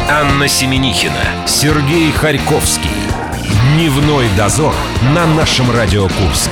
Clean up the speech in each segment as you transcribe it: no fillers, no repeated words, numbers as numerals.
Анна Семенихина, Сергей Харьковский. Дневной дозор на нашем Радио Курск.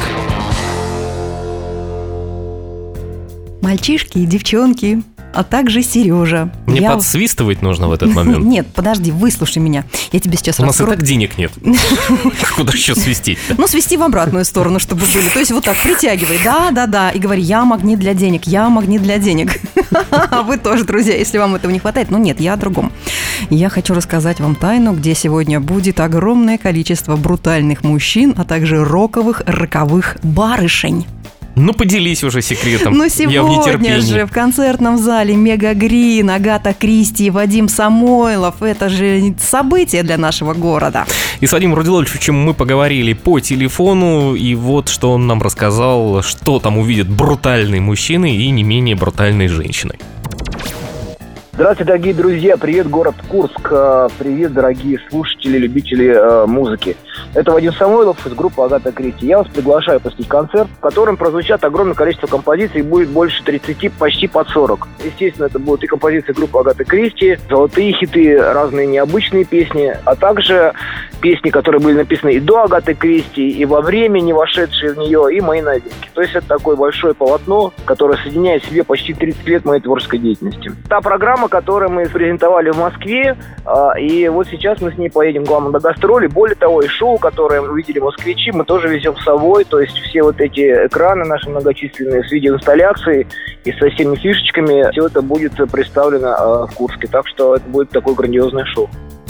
Мальчишки и девчонки, а также Сережа. Мне подсвистывать нужно в этот момент? Нет, подожди, выслушай меня. Я тебе сейчас У нас и так денег нет. Куда еще свистеть-то? Ну, свисти в обратную сторону, чтобы были. То есть вот так, притягивай. Да. И говори: я магнит для денег, я магнит для денег. А вы тоже, друзья, если вам этого не хватает. Но нет, я о другом. Я хочу рассказать вам тайну, где сегодня будет огромное количество брутальных мужчин, а также роковых барышень. Ну, поделись уже секретом. Но сегодня же в концертном зале Мега Грин, Агата Кристи и Вадим Самойлов. Это же событие для нашего города. И с Вадимом Радиловичем мы поговорили по телефону. И вот что он нам рассказал, что там увидят брутальные мужчины и не менее брутальные женщины. Здравствуйте, дорогие друзья, привет, город Курск, привет, дорогие слушатели, любители музыки. Это Вадим Самойлов из группы «Агата Кристи». Я вас приглашаю посетить концерт, в котором прозвучат огромное количество композиций, будет больше 30, почти под 40. Естественно, это будут и композиции группы «Агата Кристи», золотые хиты, разные необычные песни, а также песни, которые были написаны и до «Агаты Кристи», и во время, не вошедшие в нее, и мои новинки. То есть это такое большое полотно, которое соединяет в себе почти 30 лет моей творческой деятельности. Та программа, которую мы презентовали в Москве, и вот сейчас мы с ней поедем, главное, на гастроли. Более того, и шоу, которое увидели москвичи, мы тоже везем с собой. То есть все вот эти экраны наши многочисленные с видеоинсталляцией и со всеми фишечками, все это будет представлено в Курске. Так что это будет такое грандиозное шоу.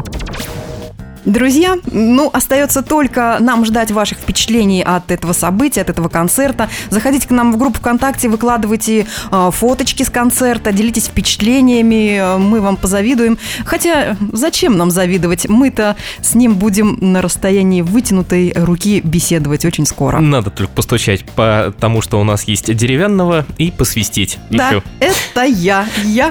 Друзья, остается только нам ждать ваших впечатлений от этого события, от этого концерта. Заходите к нам в группу ВКонтакте, выкладывайте фоточки с концерта, делитесь впечатлениями, мы вам позавидуем. Хотя зачем нам завидовать? Мы-то с ним будем на расстоянии вытянутой руки беседовать очень скоро. Надо только постучать по тому, что у нас есть деревянного, и посвистеть. Да, еще. Это я.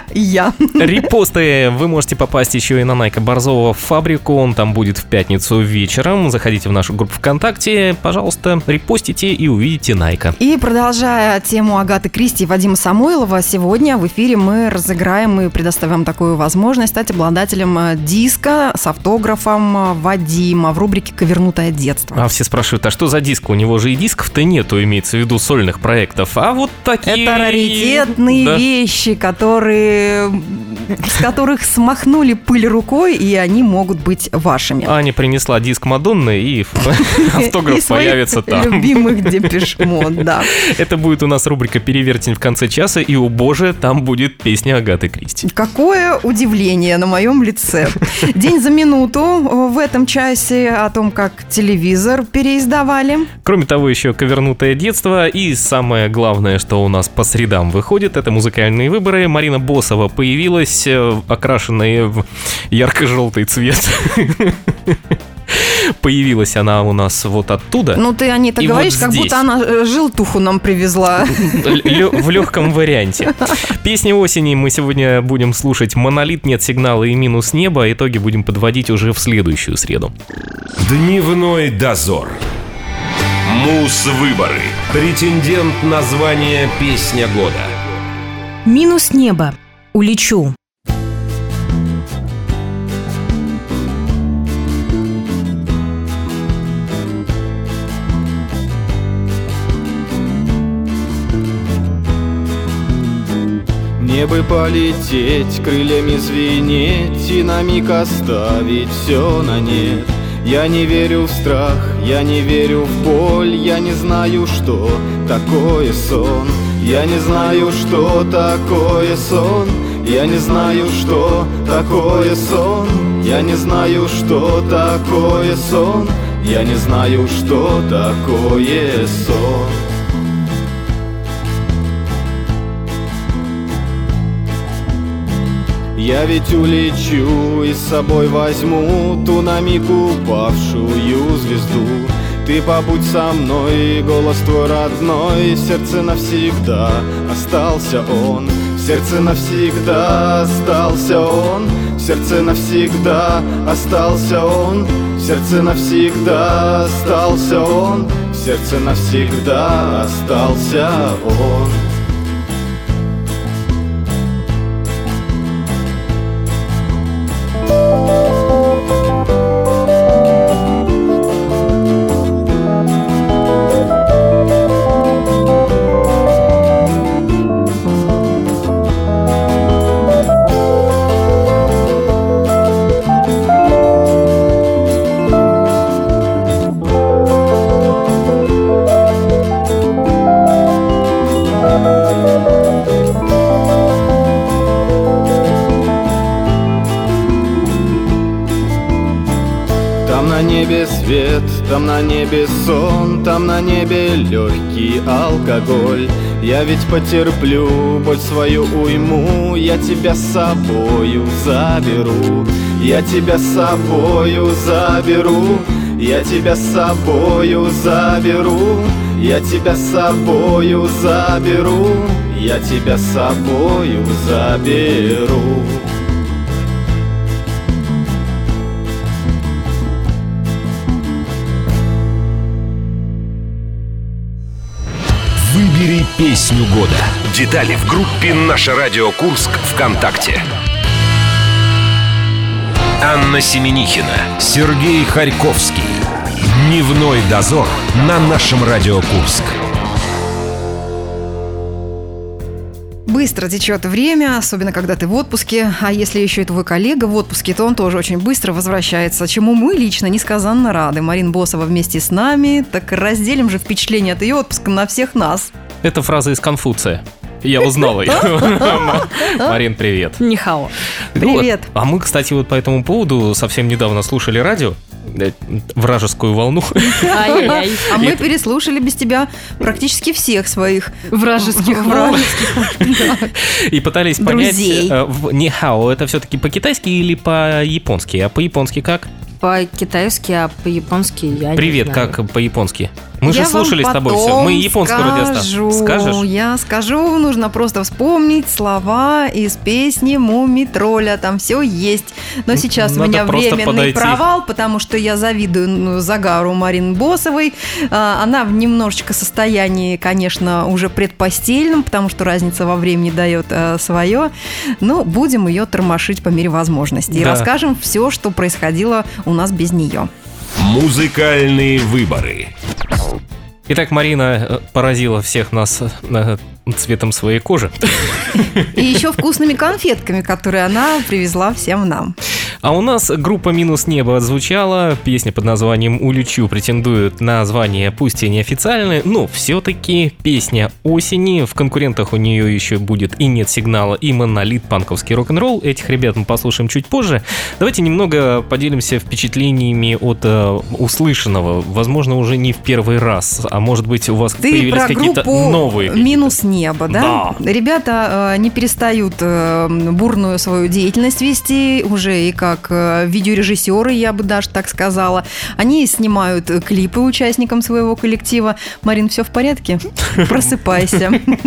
Репосты вы можете попасть еще и на Найка Борзова в фабрику, он там будет в пятницу вечером. Заходите в нашу группу ВКонтакте, пожалуйста, репостите и увидите Найка. И продолжая тему Агаты Кристи и Вадима Самойлова, сегодня в эфире мы разыграем и предоставим такую возможность стать обладателем диска с автографом Вадима в рубрике «Ковернутое детство». А все спрашивают, а что за диск? У него же и дисков-то нету, имеется в виду сольных проектов. А вот такие... Это раритетные вещи, с которых смахнули пыль рукой, и они могут быть вашими. Аня принесла диск Мадонны, и автограф появится там. Любимых Депеш Мод, да. Это будет у нас рубрика «Перевертень» в конце часа, и, о боже, там будет песня Агаты Кристи. Какое удивление на моем лице. День за минуту в этом часе о том, как телевизор переиздавали. Кроме того, еще «Ковернутое детство», и самое главное, что у нас по средам выходит, это музыкальные выборы. Марина Босова появилась, окрашенная в ярко-желтый цвет. Появилась она у нас вот оттуда. Ну, ты о ней так говоришь, вот как будто она желтуху нам привезла. В легком варианте. Песни осени мы сегодня будем слушать «Монолит», «Нет сигнала» и «Минус неба». Итоги будем подводить уже в следующую среду. Дневной дозор. Муз-выборы. Претендент на звание «Песня года». «Минус неба». Улечу. Мне бы полететь, крыльями звенеть и на миг оставить все на нет. Я не верю в страх, я не верю в боль, я не знаю, что такое сон. Я не знаю, что такое сон. Я не знаю, что такое сон. Я не знаю, что такое сон. Я не знаю, что такое сон. Я ведь улечу и с собой возьму ту на миг упавшую звезду. Ты побудь со мной, голос твой родной, в сердце навсегда остался он. В сердце навсегда остался он. В сердце навсегда остался он. В сердце навсегда остался он. В сердце навсегда остался он. небе свет, там на небе сон, там на небе легкий алкоголь. Я ведь потерплю боль свою уйму, я тебя с собою заберу. Я тебя с собою заберу, я тебя с собою заберу. Я тебя с собою заберу, я тебя с собою заберу. Выбери песню года. Детали в группе «Наше радио Курск» ВКонтакте. Анна Семенихина, Сергей Харьковский. Дневной дозор на нашем радио Курск. Быстро течет время, особенно когда ты в отпуске. А если еще и твой коллега в отпуске, то он тоже очень быстро возвращается, чему мы лично несказанно рады. Марина Босова вместе с нами. Так разделим же впечатления от ее отпуска на всех нас. Это фраза из Конфуция. Я узнал ее. Марин, привет. Нихао. Привет. А мы, кстати, вот по этому поводу совсем недавно слушали радио, вражескую волну. Ай-яй-яй. А мы переслушали без тебя практически всех своих Вражеских И пытались понять, нихао, это все-таки по-китайски или по-японски? А по-японски как? По-китайски, а по-японски я не Привет, знаю. как по-японски? Мы же слушали с тобой все. Мы японскую радиостанцию. Скажешь? Я скажу, нужно просто вспомнить слова из песни «Мумий-тролля». Там все есть. Но сейчас у меня временный провал, потому что я завидую загару Марины Босовой. Она в немножечко состоянии, конечно, уже предпостельном, потому что разница во времени дает свое. Но будем ее тормошить по мере возможности. И расскажем все, что происходило у нас без нее. Музыкальные выборы. Итак, Марина поразила всех нас цветом своей кожи. И еще вкусными конфетками, которые она привезла всем нам. А у нас группа «Минус небо» отзвучала. Песня под названием «Улечу» претендует на звание, пусть и неофициальное, но все-таки песня осени. В конкурентах у нее еще будет и «Нет сигнала», и «Монолит», панковский рок-н-ролл. Этих ребят мы послушаем чуть позже. Давайте немного поделимся впечатлениями от услышанного. Возможно, уже не в первый раз, а может быть, у вас появились какие-то новые. «Минус небо», да? Да. Ребята не перестают бурную свою деятельность вести, уже и как видеорежиссеры, я бы даже так сказала. Они снимают клипы участникам своего коллектива. Марин, все в порядке? Просыпайся.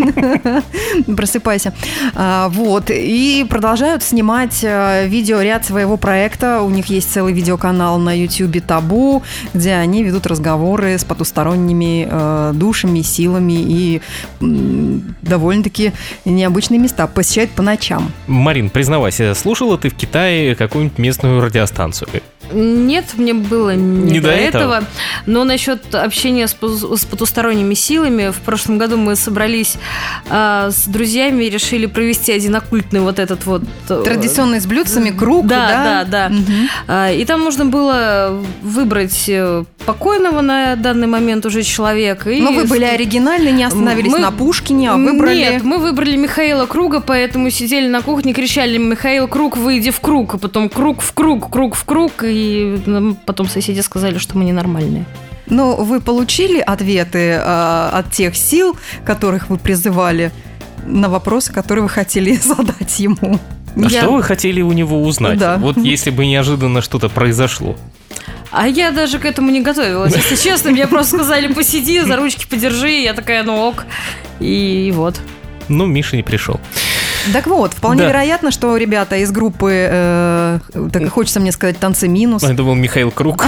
Просыпайся. Вот. И продолжают снимать видеоряд своего проекта. У них есть целый видеоканал на YouTube «Табу», где они ведут разговоры с потусторонними душами, силами и довольно-таки необычные места. Посещают по ночам. Марин, признавайся, слушала ты в Китае какую-нибудь местную радиостанцию? Нет, мне было не до этого. этого. Но насчет общения с потусторонними силами, в прошлом году мы собрались с друзьями и решили провести один оккультный вот этот вот... Традиционный с блюдцами круг, да? Угу. И там можно было выбрать покойного на данный момент уже человека. Но вы были оригинальны, не остановились на Пушкине, а выбрали... Нет, мы выбрали Михаила Круга, поэтому сидели на кухне, кричали: «Михаил Круг, выйди в круг», а потом круг в круг, круг в круг, и потом соседи сказали, что мы ненормальные. Но вы получили ответы от тех сил, которых вы призывали, на вопросы, которые вы хотели задать ему? Что вы хотели у него узнать? Да. Вот если бы неожиданно что-то произошло. А я даже к этому не готовилась, если честно. Мне просто сказали: посиди, за ручки подержи. Я такая: ну ок. И вот. Но Миша не пришел. Так вот, вполне вероятно, что ребята из группы, так и хочется мне сказать, «Танцы минус». Я думал, Михаил Круг.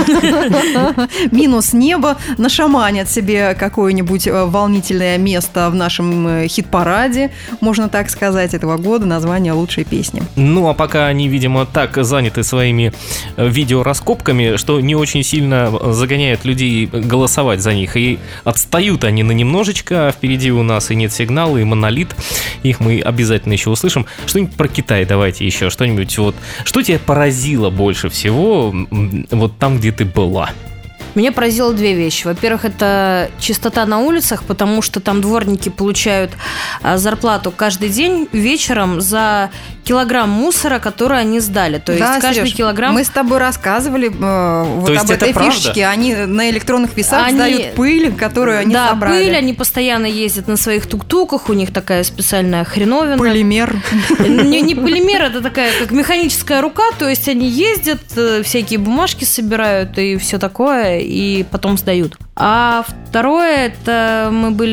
«Минус небо» нашаманят себе какое-нибудь волнительное место в нашем хит-параде, можно так сказать, этого года, название лучшей песни. Ну, а пока они, видимо, так заняты своими видеораскопками, что не очень сильно загоняют людей голосовать за них. И отстают они на немножечко. Впереди у нас и «Нет сигнала», и «Монолит». Их мы обязательно еще услышим. Что-нибудь про Китай давайте еще. Что-нибудь вот. Что тебя поразило больше всего вот там, где ты была? Меня поразило две вещи. Во-первых, это чистота на улицах, потому что там дворники получают зарплату каждый день вечером за килограмм мусора, который они сдали. То есть каждый Сереж, килограмм... мы с тобой рассказывали вот об этой фишечке. Они на электронных весах сдают пыль, которую они собрали. Да, пыль, они постоянно ездят на своих тук-туках, у них такая специальная хреновина. Полимер. Не полимер, это такая как механическая рука, то есть они ездят, всякие бумажки собирают и все такое, и потом сдают. А второе, это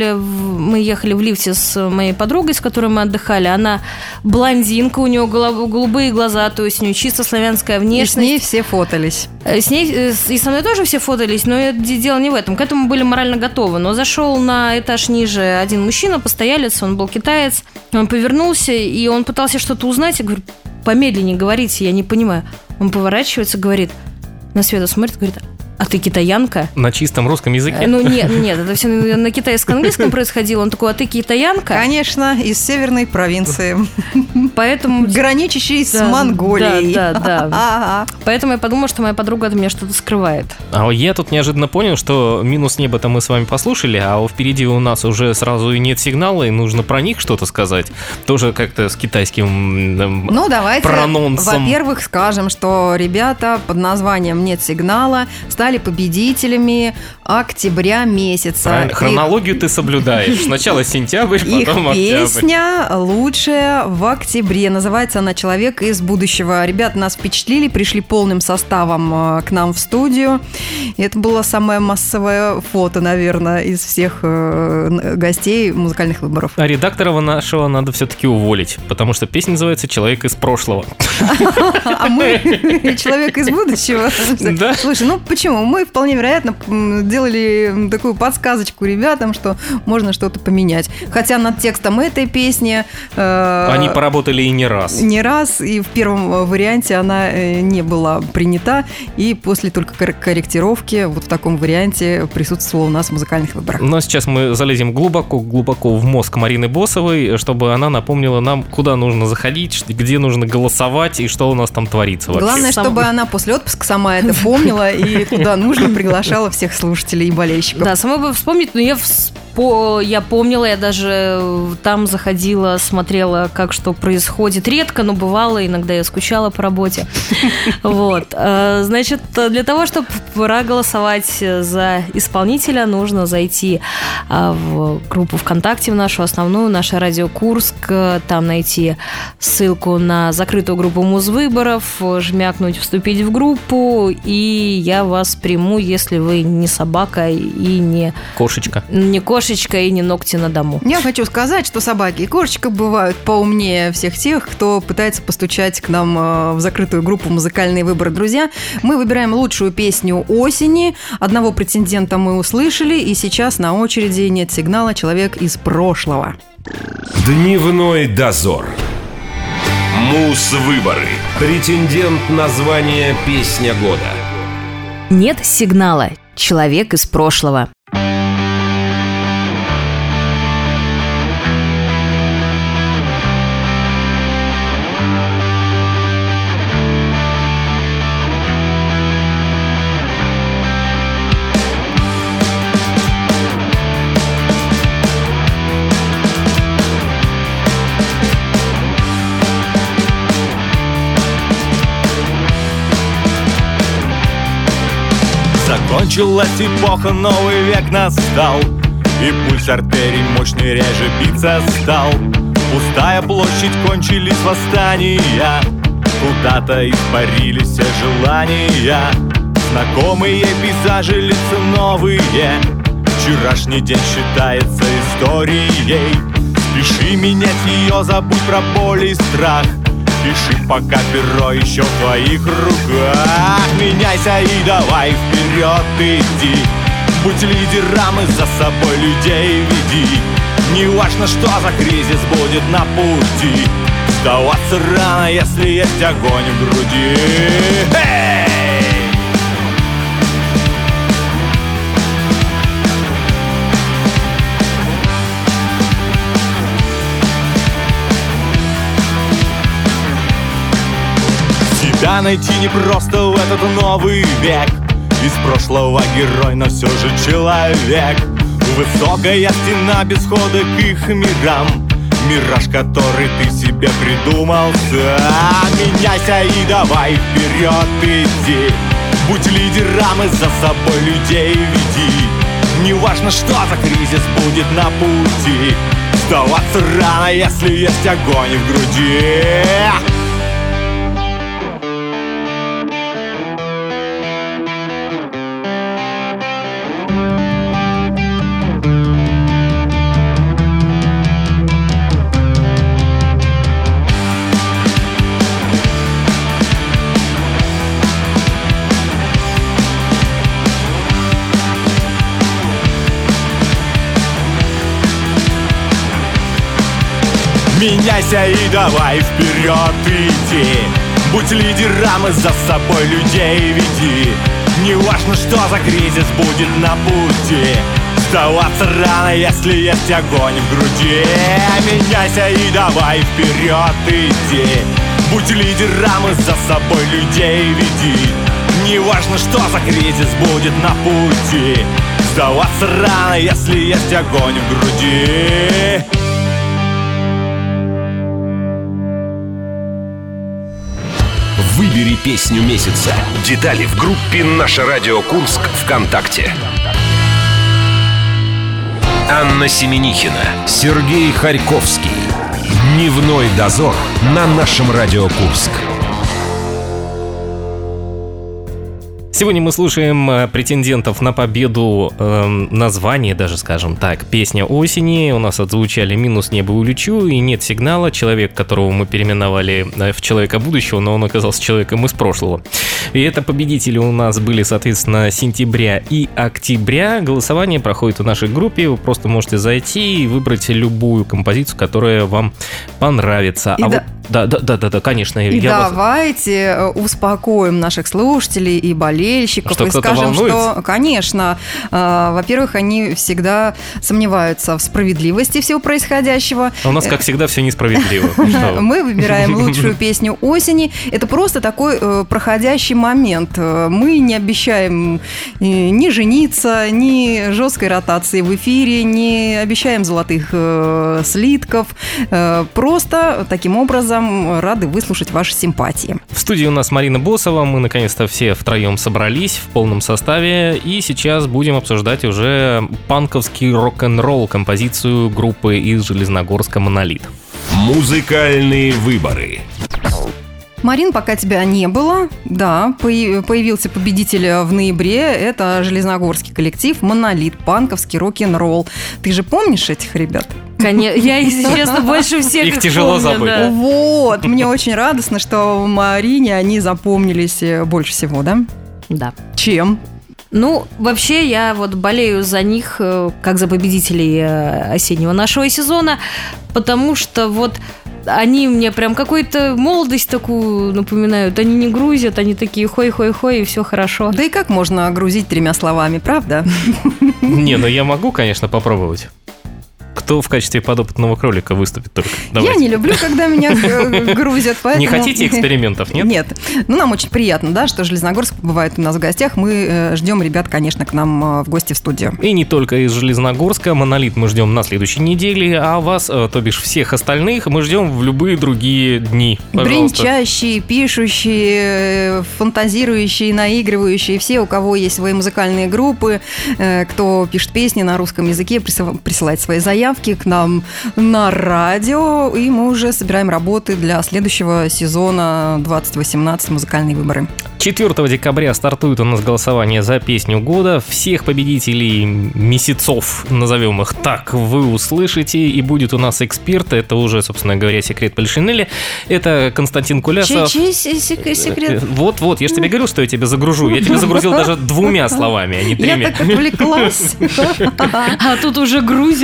мы ехали в лифте с моей подругой, с которой мы отдыхали. Она блондинка, у нее голубые глаза, то есть у нее чисто славянская внешность. И с ней все фотались. С ней и со мной тоже все фотались, но дело не в этом. К этому были морально готовы. Но зашел на этаж ниже один мужчина, постоялец, он был китаец. Он повернулся, и он пытался что-то узнать. Я говорю, помедленнее говорите, я не понимаю. Он поворачивается, говорит, на Свету смотрит, говорит, а ты китаянка? На чистом русском языке? Ну нет, это все на китайско-английском происходило. Он такой, а ты китаянка? Конечно, из северной провинции. Поэтому... Граничащей с Монголией. Да. Поэтому я подумала, что моя подруга от меня что-то скрывает. А я тут неожиданно понял, что «Минус неба»-то мы с вами послушали, а впереди у нас уже сразу и нет сигнала, и нужно про них что-то сказать. Тоже как-то с китайским Ну, давайте, прононсом. Во-первых, скажем, что ребята под названием «Нет сигнала» стали победителями октября месяца. Правильно. Хронологию ты соблюдаешь. Сначала сентябрь, потом октябрь. Их песня лучшая в октябре. Называется она «Человек из будущего». Ребята нас впечатлили, пришли полным составом к нам в студию. И это было самое массовое фото, наверное, из всех гостей музыкальных выборов. А редактора нашего надо все-таки уволить, потому что песня называется «Человек из прошлого». А мы «Человек из будущего». Да. Слушай, ну почему? Мы вполне вероятно делали такую подсказочку ребятам, что можно что-то поменять. Хотя над текстом этой песни... Они поработали и не раз. Не раз, и в первом варианте она не была принята, и после только корректировки вот в таком варианте присутствовала у нас в музыкальных выборах. Но сейчас мы залезем глубоко в мозг Марины Босовой, чтобы она напомнила нам, куда нужно заходить, где нужно голосовать и что у нас там творится вообще. Главное, чтобы она после отпуска сама это помнила и куда нужно приглашала всех слушателей и болельщиков. Да, сама бы вспомнить, но я помнила, я даже там заходила, смотрела, как что происходит. Редко, но бывало, иногда я скучала по работе. Вот. Значит, для того, чтобы проголосовать за исполнителя, нужно зайти в группу ВКонтакте, в нашу основную, наше радио Курск, там найти ссылку на закрытую группу Музвыборов, жмякнуть «Вступить в группу», и я вас приму, если вы не собака и не... Кошечка. Не кошечка и не ногти на дому. Я хочу сказать, что собаки и кошечка бывают поумнее всех тех, кто пытается постучать к нам в закрытую группу «Музыкальные выборы». Друзья, мы выбираем лучшую песню осени. Одного претендента мы услышали, и сейчас на очереди «Нет сигнала», «Человек из прошлого». Дневной дозор. Музвыборы. Претендент на звание «Песня года». Нет сигнала. Человек из прошлого. Закончилась эпоха, новый век настал, и пульс артерий мощный реже биться стал. Пустая площадь, кончились восстания, куда-то испарились все желания. Знакомые пейзажи, лица новые, вчерашний день считается историей. Спеши менять ее, забудь про боль и страх. Пиши, пока перо еще в твоих руках. Меняйся и давай вперед иди. Будь лидером и за собой людей веди. Не важно, что за кризис будет на пути. Сдаваться рано, если есть огонь в груди. Эй! Себя найти непросто в этот новый век. Из прошлого герой, но все же человек. Высокая стена без хода к их мирам, мираж, который ты себе придумал сам. Меняйся и давай вперед иди, будь лидером и за собой людей веди. Неважно, что за кризис будет на пути, сдаваться рано, если есть огонь в груди. Меняйся и давай вперед иди, будь лидером и за собой людей веди. Неважно, что за кризис будет на пути, сдаваться рано, если есть огонь в груди. Меняйся и давай вперед иди, будь лидером и за собой людей веди. Неважно, что за кризис будет на пути, сдаваться рано, если есть огонь в груди. Выбери песню месяца. Детали в группе «Наше радио Курск» ВКонтакте. Анна Семенихина, Сергей Харьковский. Дневной дозор на нашем радио Курск. Сегодня мы слушаем претендентов на победу, название даже, скажем так, «Песня осени». У нас отзвучали «Минус небо улечу» и «Нет сигнала». Человек, которого мы переименовали в человека будущего, но он оказался человеком из прошлого. И это победители у нас были, соответственно, сентября и октября. Голосование проходит в нашей группе. Вы просто можете зайти и выбрать любую композицию, которая вам понравится. Да, конечно. И давайте успокоим наших слушателей и болельщиков. Что, и скажем, что, конечно, во-первых, они всегда сомневаются в справедливости всего происходящего. А у нас, как всегда, все несправедливо. Мы выбираем лучшую песню осени. Это просто такой проходящий момент. Мы не обещаем ни жениться, ни жесткой ротации в эфире, не обещаем золотых слитков. Просто таким образом рады выслушать ваши симпатии. В студии у нас Марина Босова. Мы наконец-то все втроем собрались в полном составе. И сейчас будем обсуждать уже панковский рок-н-ролл, композицию группы из Железногорска «Монолит». Музыкальные выборы. Марин, пока тебя не было, да, появился победитель в ноябре. Это железногорский коллектив «Монолит», панковский рок-н-ролл. Ты же помнишь этих ребят? Конечно, я, если честно, больше всех их тяжело помню, забыть. да. Вот, мне очень радостно, что в Марине они запомнились больше всего, да? Да. Чем? Ну, вообще, я вот болею за них, как за победителей осеннего нашего сезона, потому что вот они мне прям какую-то молодость такую напоминают. Они не грузят, они такие хой-хой-хой, и все хорошо. Да и как можно грузить 3 словами, правда? Не, ну я могу, конечно, попробовать. Кто в качестве подопытного кролика выступит только? Давайте. Я не люблю, когда меня грузят, поэтому... Не хотите экспериментов, нет? Нет. Ну, нам очень приятно, да, что Железногорск бывает у нас в гостях. Мы ждем ребят, конечно, к нам в гости в студию. И не только из Железногорска. «Монолит» мы ждем на следующей неделе, а вас, то бишь всех остальных, мы ждем в любые другие дни. Пожалуйста. Бренчащие, пишущие, фантазирующие, наигрывающие, все, у кого есть свои музыкальные группы, кто пишет песни на русском языке, присылает свои заявки к нам на радио, и мы уже собираем работы для следующего сезона 2018 «Музыкальные выборы». 4 декабря стартует у нас голосование за песню года. Всех победителей месяцев, назовем их так, вы услышите. И будет у нас эксперт. Это уже, собственно говоря, секрет Полишинеля. Это Константин Кулясов. Чей секрет? Вот, я же тебе говорю, что я тебя загружу. Я тебя загрузил даже 2 словами, а не 3. Я так отвлеклась. А тут уже грузят. А тут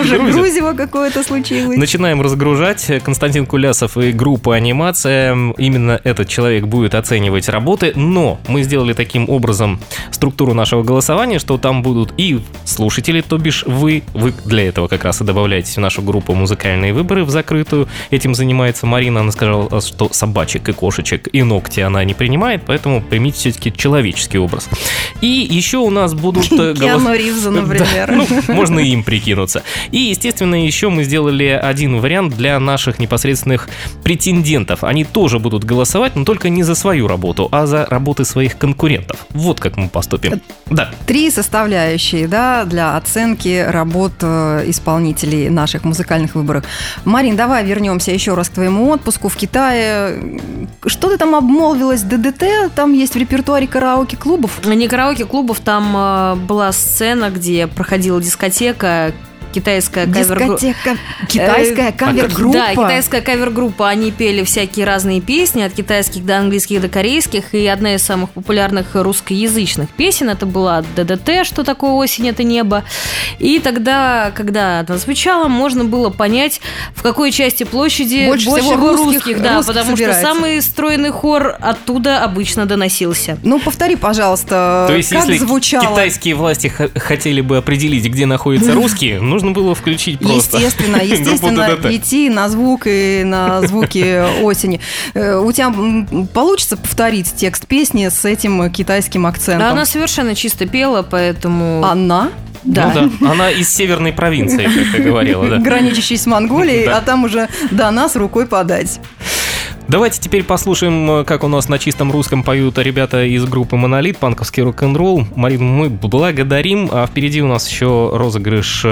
уже грузево какое-то случилось. Начинаем разгружать. Константин Кулясов и группа «Анимация». Именно этот человек будет оценивать работы, но мы сделали таким образом структуру нашего голосования, что там будут и слушатели, то бишь вы для этого как раз и добавляетесь в нашу группу «Музыкальные выборы» в закрытую. Этим занимается Марина. Она сказала, что собачек и кошечек и ногти она не принимает, поэтому примите все-таки человеческий образ. И еще у нас будут... Киану Ривза, например. Можно и им прикинуться. И, естественно, еще мы сделали один вариант для наших непосредственных претендентов. Они тоже будут голосовать, но только не за свою работу, а за работы своих конкурентов. Вот как мы поступим. Да. 3 составляющие, да, для оценки работ исполнителей наших музыкальных выборов. Марин, давай вернемся еще раз к твоему отпуску в Китае. Что ты там обмолвилась? ДДТ там есть в репертуаре караоке-клубов? Не караоке-клубов, там была сцена, где проходила дискотека, китайская кавер-группа. Китайская кавер-группа? Да, китайская кавер-группа. Они пели всякие разные песни, от китайских до английских до корейских. И одна из самых популярных русскоязычных песен это была «ДДТ», «Что такое осень, это небо». И тогда, когда она звучала, можно было понять, в какой части площади больше всего русских, да, потому что самый стройный хор оттуда обычно доносился. Ну, повтори, пожалуйста, то есть, как если звучало? Китайские власти хотели бы определить, где находятся русские, нужно было включить просто естественно, идти на звук и на звуки осени. У тебя получится повторить текст песни с этим китайским акцентом? Да, она совершенно чисто пела, поэтому... Она? Да. Ну, да. Она из северной провинции, как ты говорила, да. Граничащей с Монголией, а там уже до нас рукой подать. Давайте теперь послушаем, как у нас на чистом русском поют ребята из группы «Монолит», панковский рок-н-ролл. Марин, мы благодарим, а впереди у нас еще розыгрыш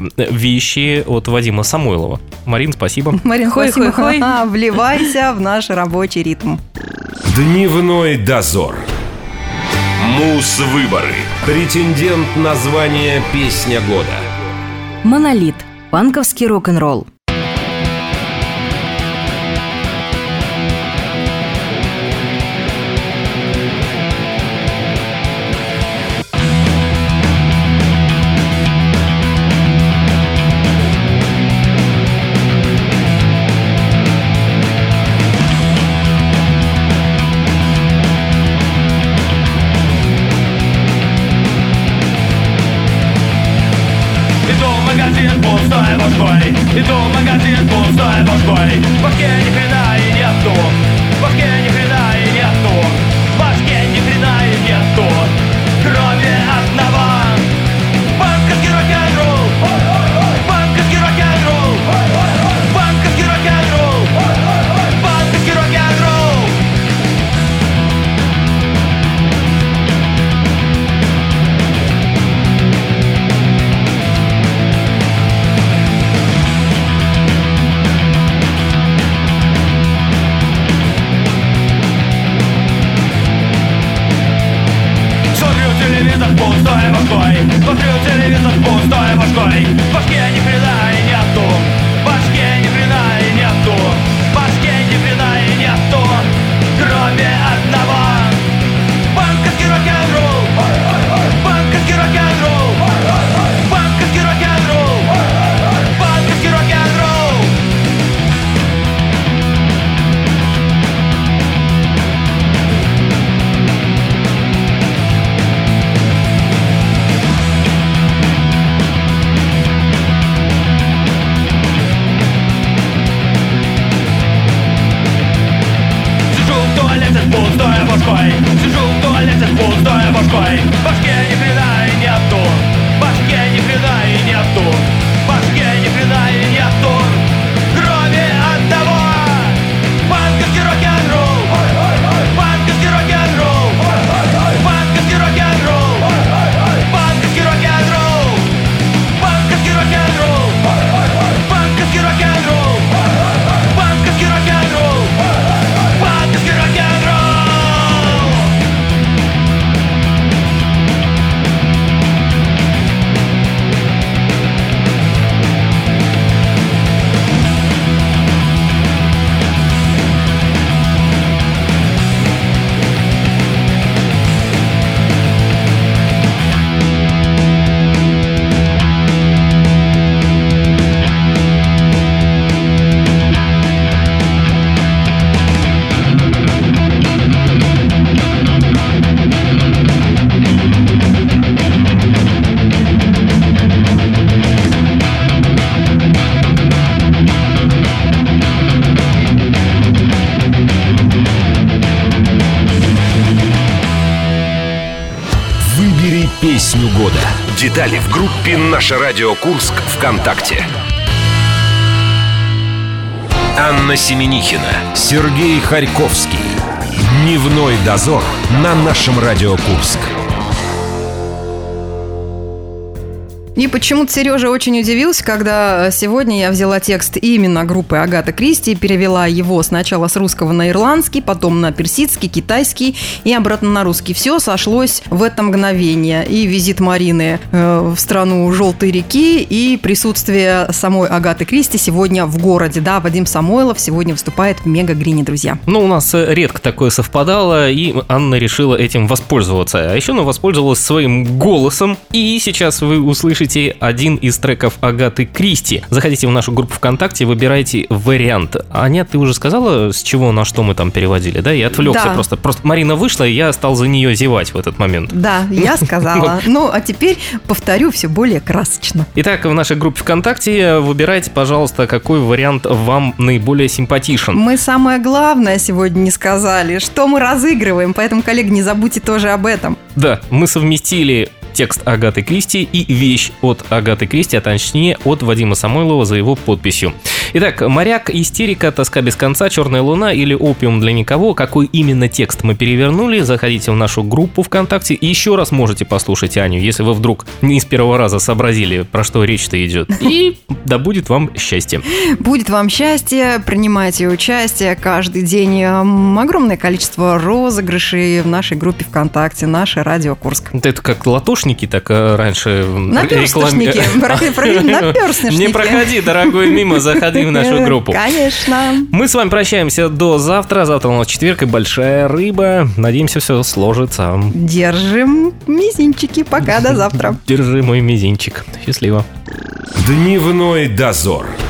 вещи от Вадима Самойлова. Марин, спасибо. Марин, спасибо. Вливайся в наш рабочий ритм. Дневной дозор. Муз-выборы. Претендент на звание «Песня года». «Монолит», панковский рок-н-ролл. Иду в магазин пустой башкой. В башке ни хрена и нету. В башке ни хрена и нету. В башке ни хрена и нету. Кроме одного. Банковский рок-н-ролл. Банковский рок-н-ролл. Банковский рок-н-ролл. Банковский рок-н-ролл. Пустой башкой, смотрю телевизор пустой башкой. В башке ни хрена и нету. В башке ни хрена и нету. В башке ни хрена и нету. Кроме одного. Банковский рок-н-ролл. Банковский рок-н-ролл. Банковский рок-н-ролл. Банковский рок-н-ролл. песню года. Детали в группе «Наше радио Курск» ВКонтакте. Анна Семенихина, Сергей Харьковский. Дневной дозор на нашем радио Курск. И почему-то Сережа очень удивился, когда сегодня я взяла текст именно группы Агаты Кристи, перевела его сначала с русского на ирландский, потом на персидский, китайский и обратно на русский. Все сошлось в это мгновение. И визит Марины в страну Желтой реки, и присутствие самой Агаты Кристи сегодня в городе. Да, Вадим Самойлов сегодня выступает в Мега-Грине, друзья. Ну, у нас редко такое совпадало, и Анна решила этим воспользоваться. А еще она воспользовалась своим голосом, и сейчас вы услышите один из треков Агаты Кристи. Заходите в нашу группу ВКонтакте, выбирайте вариант. Аня, ты уже сказала, с чего на что мы там переводили, да? Я отвлекся просто. Просто Марина вышла, и я стал за нее зевать в этот момент. Да, я сказала. Ну, а теперь повторю все более красочно. Итак, в нашей группе ВКонтакте выбирайте, пожалуйста, какой вариант вам наиболее симпатичен. Мы самое главное сегодня не сказали, что мы разыгрываем, поэтому, коллеги, не забудьте тоже об этом. Да, мы совместили текст Агаты Кристи и вещь от Агаты Кристи, а точнее от Вадима Самойлова за его подписью. Итак, «Моряк», «Истерика», «Тоска без конца», «Черная луна» или «Опиум для никого». Какой именно текст мы перевернули, заходите в нашу группу ВКонтакте и еще раз можете послушать Аню, если вы вдруг не с первого раза сообразили, про что речь-то идет. И да будет вам счастье. Будет вам счастье, принимайте участие каждый день. Огромное количество розыгрышей в нашей группе ВКонтакте «Наше радио Курск». Это как латошники, так раньше наперстнички. Наперстнички. Не проходи, дорогой, мимо, заходи в нашу группу. Конечно. Мы с вами прощаемся до завтра. Завтра у нас четверг и большая рыба. Надеемся, все сложится. Держим мизинчики. Пока, до завтра. Держи мой мизинчик. Счастливо. Дневной дозор.